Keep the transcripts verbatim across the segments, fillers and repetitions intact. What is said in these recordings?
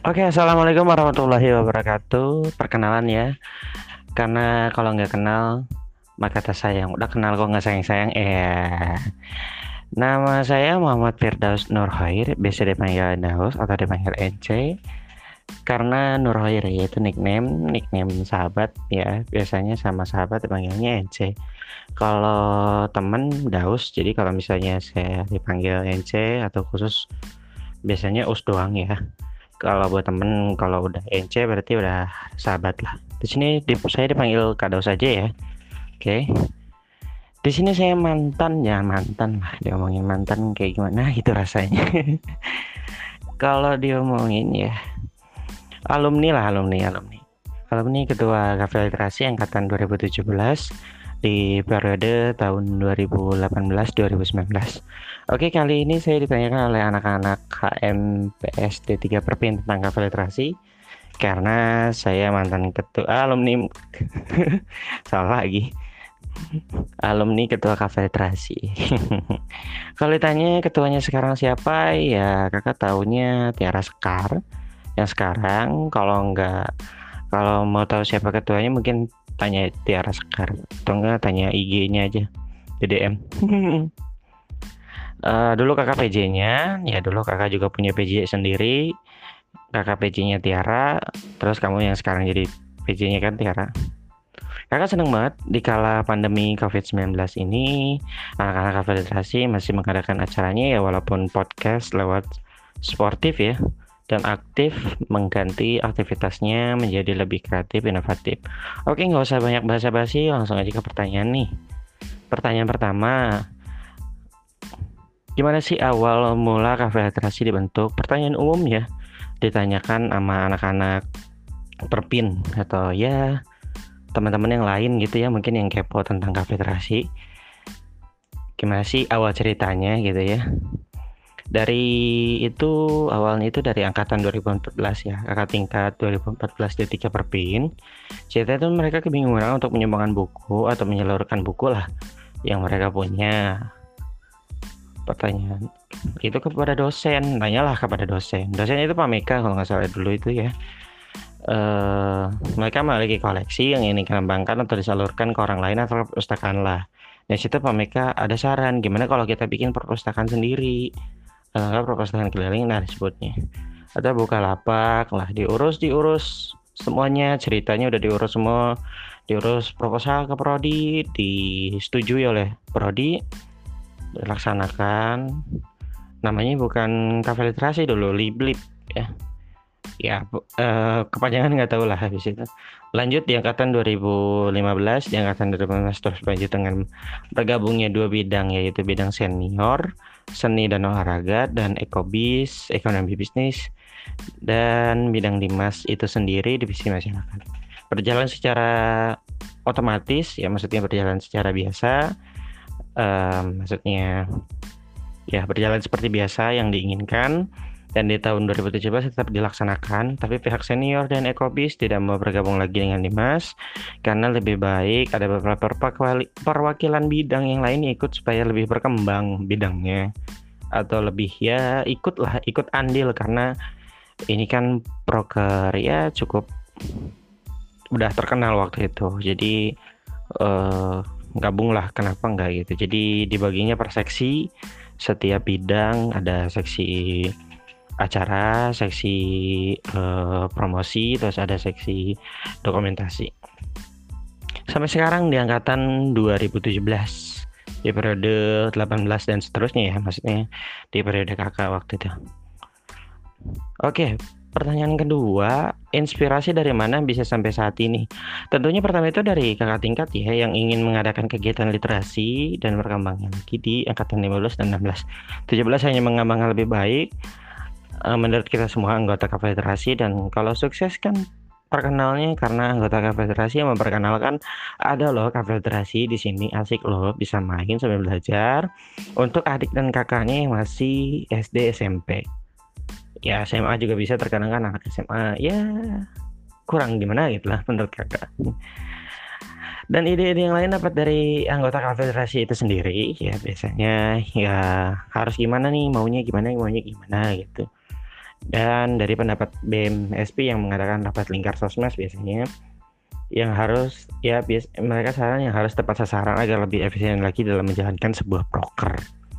Oke, assalamualaikum warahmatullahi wabarakatuh. Perkenalan ya, karena kalau nggak kenal maka tak sayang. Udah kenal kok nggak sayang-sayang. Eh, nama saya Muhammad Firdaus Nurhoir, biasa dipanggil Daus atau dipanggil Ence. Karena Nurhoir itu nickname, nickname sahabat ya. Biasanya sama sahabat dipanggilnya Ence. Kalau temen Daus, jadi kalau misalnya saya dipanggil Ence atau khusus biasanya Us doang ya. Kalau buat temen, kalau udah Ence berarti udah sahabat lah. Di sini di, saya dipanggil Kado saja ya. Oke. Di sini saya mantan ya mantan lah. Diomongin mantan kayak gimana gitu rasanya. Kalau diomongin ya alumni lah alumni alumni. Alumni ketua Cafe Literasi angkatan dua ribu tujuh belas di periode tahun dua ribu delapan belas dua ribu sembilan belas. Oke, kali ini saya ditanyakan oleh anak-anak H M P S D tiga Perpin tentang Cafe Literasi karena saya mantan ketua alumni salah lagi alumni ketua Cafe Literasi. Kalau ditanya ketuanya sekarang siapa, ya kakak taunya Tiara Sekar yang sekarang. Kalau enggak, kalau mau tahu siapa ketuanya mungkin tanya Tiara Sekar atau enggak tanya I G-nya aja di D M. Uh, dulu kakak P J-nya, ya dulu kakak juga punya P J sendiri. Kakak P J-nya Tiara, terus kamu yang sekarang jadi P J-nya kan Tiara. Kakak seneng banget di kala pandemi covid sembilan belas ini, anak-anak Cafe Literasi masih mengadakan acaranya ya walaupun podcast lewat sportif ya, dan aktif mengganti aktivitasnya menjadi lebih kreatif, inovatif. Oke, nggak usah banyak basa-basi, langsung aja ke pertanyaan nih. Pertanyaan pertama, gimana sih awal mula Cafe Literasi dibentuk? Pertanyaan umum ya, ditanyakan sama anak-anak Perpin atau ya teman-teman yang lain gitu ya, mungkin yang kepo tentang Cafe Literasi. Gimana sih awal ceritanya gitu ya? Dari itu awalnya itu dari angkatan dua ribu empat belas ya, kakak tingkat dua ribu empat belas di tiga Perpin. Cerita itu mereka kebingungan untuk menyumbangkan buku atau menyalurkan buku lah yang mereka punya. Pertanyaan itu kepada dosen, tanyalah kepada dosen. Dosen itu Pak Meka kalau nggak salah dulu itu ya. Uh, mereka memiliki koleksi yang ingin dikembangkan atau disalurkan ke orang lain atau perpustakaan lah. Dari situ Pak Meka ada saran, gimana kalau kita bikin perpustakaan sendiri, uh, perpustakaan keliling nah disebutnya. Ada Bukalapak lah, diurus diurus semuanya, ceritanya udah diurus semua, diurus proposal ke prodi, disetujui oleh prodi, dilaksanakan. Namanya bukan Cafe Literasi dulu, Liblib ya. Ya, uh, kepanjangan nggak tahu lah habis itu. Lanjut di angkatan dua ribu lima belas, di angkatan dua ribu lima belas terus lanjut dengan bergabungnya dua bidang, yaitu bidang senior, seni dan olahraga, dan ekobis, ekonomi bisnis, dan bidang dimas itu sendiri divisi masyarakat. Berjalan secara otomatis, ya maksudnya berjalan secara biasa, um, maksudnya ya berjalan seperti biasa yang diinginkan. Dan di tahun dua ribu tujuh belas tetap dilaksanakan, tapi pihak senior dan ekobis tidak mau bergabung lagi dengan Dimas karena lebih baik ada beberapa perwakilan bidang yang lain ikut supaya lebih berkembang bidangnya, atau lebih ya ikutlah ikut andil karena ini kan proker ya cukup udah terkenal waktu itu, jadi uh, gabunglah, kenapa enggak gitu. Jadi dibaginya per seksi, setiap bidang ada seksi acara, seksi uh, promosi, terus ada seksi dokumentasi. Sampai sekarang di angkatan dua ribu tujuh belas, di periode delapan belas dan seterusnya ya, maksudnya di periode kakak waktu itu. Oke, pertanyaan kedua, inspirasi dari mana bisa sampai saat ini? Tentunya pertama itu dari kakak tingkat ya, yang ingin mengadakan kegiatan literasi dan berkembangnya lagi di angkatan lima belas dan enam belas. tujuh belas hanya mengembangkan lebih baik menurut kita semua anggota Cafe Literasi, dan kalau sukses kan terkenalnya karena anggota Cafe Literasi yang memperkenalkan ada loh Cafe Literasi di sini, asik loh, bisa main sambil belajar untuk adik dan kakaknya yang masih S D S M P. Ya S M A juga bisa, terkadang kan anak S M A ya kurang gimana gitu lah menurut kakak. Dan ide-ide yang lain dapat dari anggota Cafe Literasi itu sendiri ya, biasanya ya harus gimana nih, maunya gimana maunya gimana gitu. Dan dari pendapat B M S P yang mengadakan rapat lingkar sosmed biasanya, yang harus ya bias, mereka saran yang harus tepat sasaran agar lebih efisien lagi dalam menjalankan sebuah broker.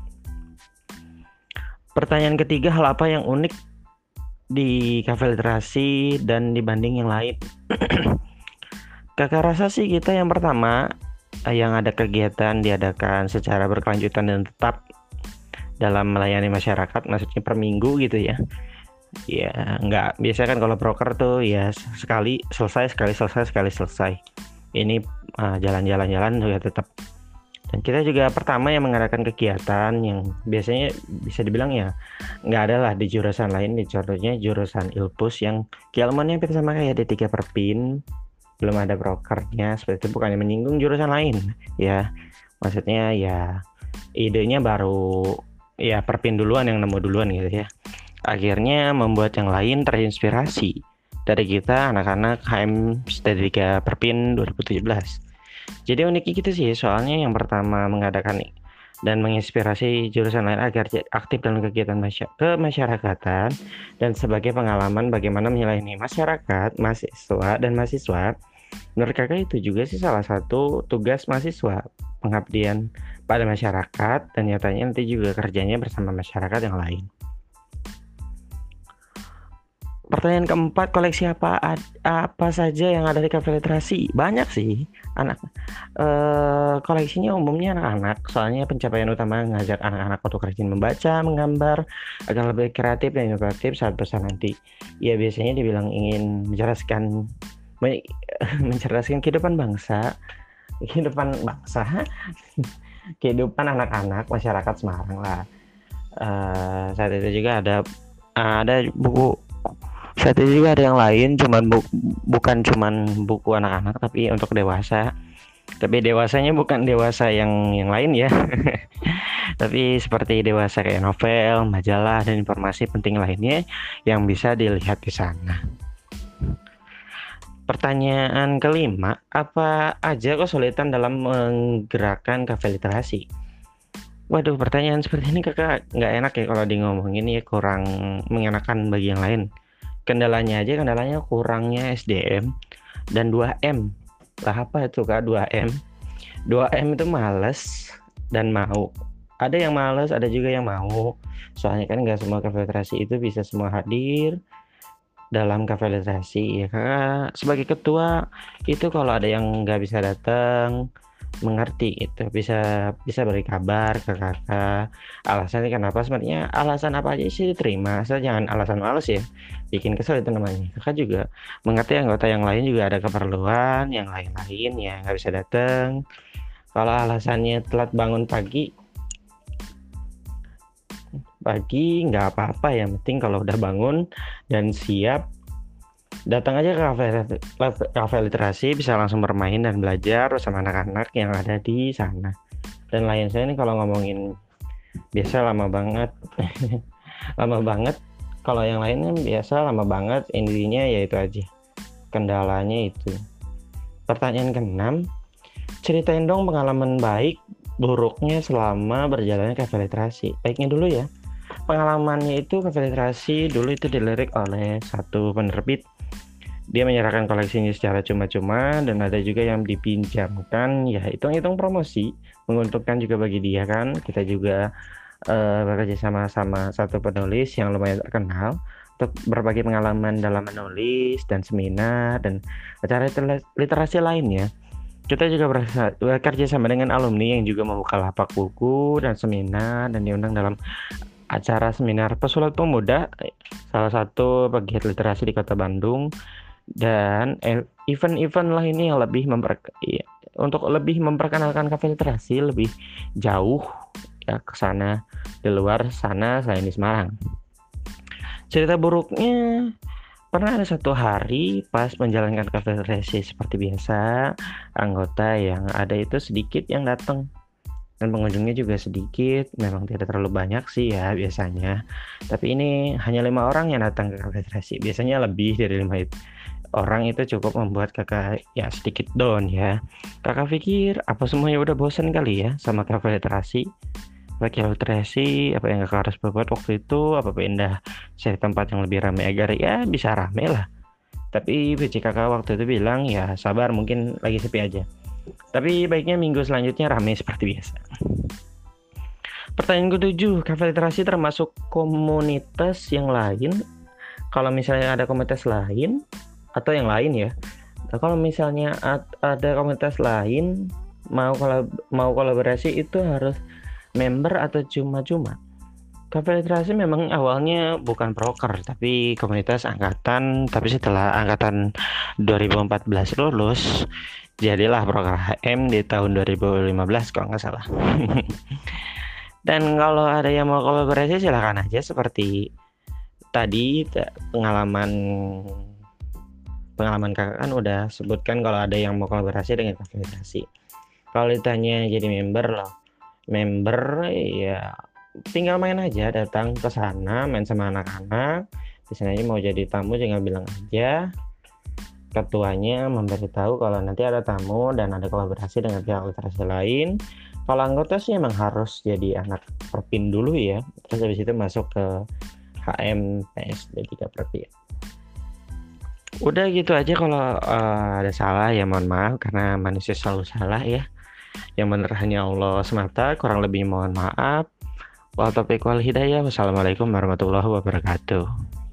Pertanyaan ketiga, hal apa yang unik di Cafe Literasi dan dibanding yang lain? Kakak rasa sih kita yang pertama, yang ada kegiatan diadakan secara berkelanjutan dan tetap dalam melayani masyarakat, maksudnya per minggu gitu ya. Ya nggak, biasa kan kalau broker tuh ya sekali selesai, sekali selesai, sekali selesai. Ini uh, jalan-jalan-jalan juga tetap. Dan kita juga pertama yang mengadakan kegiatan yang biasanya bisa dibilang ya nggak ada lah di jurusan lain. Di contohnya jurusan Ilpus yang keilmuannya hampir sama kayak D tiga Perpin, belum ada brokernya, seperti itu. Bukannya menyinggung jurusan lain ya, maksudnya ya idenya baru ya Perpin duluan yang nemu duluan gitu ya. Akhirnya membuat yang lain terinspirasi dari kita anak-anak H M D tiga Perpin dua ribu tujuh belas. Jadi uniknya gitu sih, soalnya yang pertama mengadakan dan menginspirasi jurusan lain agar aktif dalam kegiatan masy- kemasyarakatan dan sebagai pengalaman bagaimana melayani masyarakat, mahasiswa dan mahasiswa. Menurut kakak itu juga sih salah satu tugas mahasiswa, pengabdian pada masyarakat, dan nyatanya nanti juga kerjanya bersama masyarakat yang lain. Pertanyaan keempat, koleksi apa apa saja yang ada di Cafe Literasi? Banyak sih, anak eh, koleksinya umumnya anak-anak. Soalnya pencapaian utama ngajak anak-anak untuk rajin membaca, menggambar agar lebih kreatif dan inovatif saat besar nanti. Ya biasanya dibilang ingin menceraskan mencerdaskan kehidupan bangsa, kehidupan bangsa, kehidupan anak-anak masyarakat Semarang lah. Uh, saat itu juga ada ada buku. Saat itu juga ada yang lain, cuman bu, bukan cuman buku anak-anak tapi untuk dewasa. Tapi dewasanya bukan dewasa yang yang lain ya. Tapi seperti dewasa kayak novel, majalah, dan informasi penting lainnya yang bisa dilihat di sana. Pertanyaan kelima, apa aja kesulitan dalam menggerakkan Cafe Literasi? Waduh, pertanyaan seperti ini kakak nggak enak ya kalau di ngomongin ya, kurang mengenakan bagi yang lain. Kendalanya aja, kendalanya kurangnya S D M dan dua M. Lah apa itu kak dua M? dua M itu males dan mau. Ada yang males, ada juga yang mau. Soalnya kan nggak semua Cafe Literasi itu bisa semua hadir dalam Cafe Literasi ya kak. Sebagai ketua itu kalau ada yang nggak bisa datang, mengerti itu, bisa bisa beri kabar ke kakak alasannya kenapa. Sebenarnya alasan apa aja sih diterima, asal jangan alasan males ya, bikin kesel itu namanya. Kakak juga mengerti anggota yang lain juga ada keperluan yang lain-lain ya nggak bisa datang. Kalau alasannya telat bangun pagi pagi nggak apa-apa, yang penting kalau udah bangun dan siap datang aja ke Cafe, Cafe Literasi, bisa langsung bermain dan belajar bersama anak-anak yang ada di sana. Dan lain saya ini kalau ngomongin biasa lama banget. Lama banget. Kalau yang lainnya biasa lama banget, intinya ya itu aja. Kendalanya itu. Pertanyaan keenam, ceritain dong pengalaman baik buruknya selama berjalannya Cafe Literasi. Baiknya dulu ya. Pengalamannya itu Cafe Literasi dulu itu dilirik oleh satu penerbit. Dia menyerahkan koleksinya secara cuma-cuma dan ada juga yang dipinjamkan, ya hitung-hitung promosi, menguntungkan juga bagi dia kan. Kita juga uh, bekerja sama-sama satu penulis yang lumayan terkenal untuk berbagi pengalaman dalam menulis dan seminar dan acara literasi lainnya. Kita juga bekerja sama dengan alumni yang juga membuka lapak buku dan seminar dan diundang dalam acara seminar Pesulap Pemuda, salah satu pegiat literasi di Kota Bandung. Dan event-event lah ini yang lebih memper, ya, untuk lebih memperkenalkan Cafe Literasi lebih jauh ya ke sana, di luar sana selain di Semarang. Cerita buruknya, pernah ada satu hari pas menjalankan Cafe Literasi seperti biasa, anggota yang ada itu sedikit yang datang dan pengunjungnya juga sedikit, memang tidak terlalu banyak sih ya biasanya. Tapi ini hanya lima orang yang datang ke Cafe Literasi, biasanya lebih dari lima itu. Orang itu cukup membuat kakak ya sedikit down ya. Kakak pikir apa semuanya udah bosan kali ya sama Cafe Literasi? pakai literasi, apa yang kakak harus berbuat waktu itu, apa pindah cari tempat yang lebih ramai agar ya bisa ramai lah. Tapi B C kakak waktu itu bilang ya sabar, mungkin lagi sepi aja. Tapi baiknya minggu selanjutnya ramai seperti biasa. Pertanyaan ketujuh, kafe literasi termasuk komunitas yang lain? Kalau misalnya ada komunitas lain atau yang lain ya. Nah, kalau misalnya ada komunitas lain mau kolab mau kolaborasi itu harus member atau cuma-cuma? Kafe literasi memang awalnya bukan broker tapi komunitas angkatan, tapi setelah angkatan dua ribu empat belas lulus jadilah broker H M di tahun dua ribu lima belas kalau nggak salah. Dan kalau ada yang mau kolaborasi silakan aja, seperti tadi pengalaman pengalaman kakak kan udah sebutkan kalau ada yang mau kolaborasi dengan kafe literasi. Kalau ditanya jadi member loh, member ya tinggal main aja, datang ke sana main sama anak-anak. Di sana mau jadi tamu tinggal bilang aja, ketuanya memberitahu kalau nanti ada tamu dan ada kolaborasi dengan pihak literasi lain. Kalau anggota sih emang harus jadi anak Perpin dulu ya, terus habis itu masuk ke H M P S D tiga Perpin. Udah gitu aja, kalau uh, ada salah ya mohon maaf karena manusia selalu salah ya. Yang benar hanya Allah semata, kurang lebih mohon maaf. Wa taufiq wal hidayah. Wassalamualaikum warahmatullahi wabarakatuh.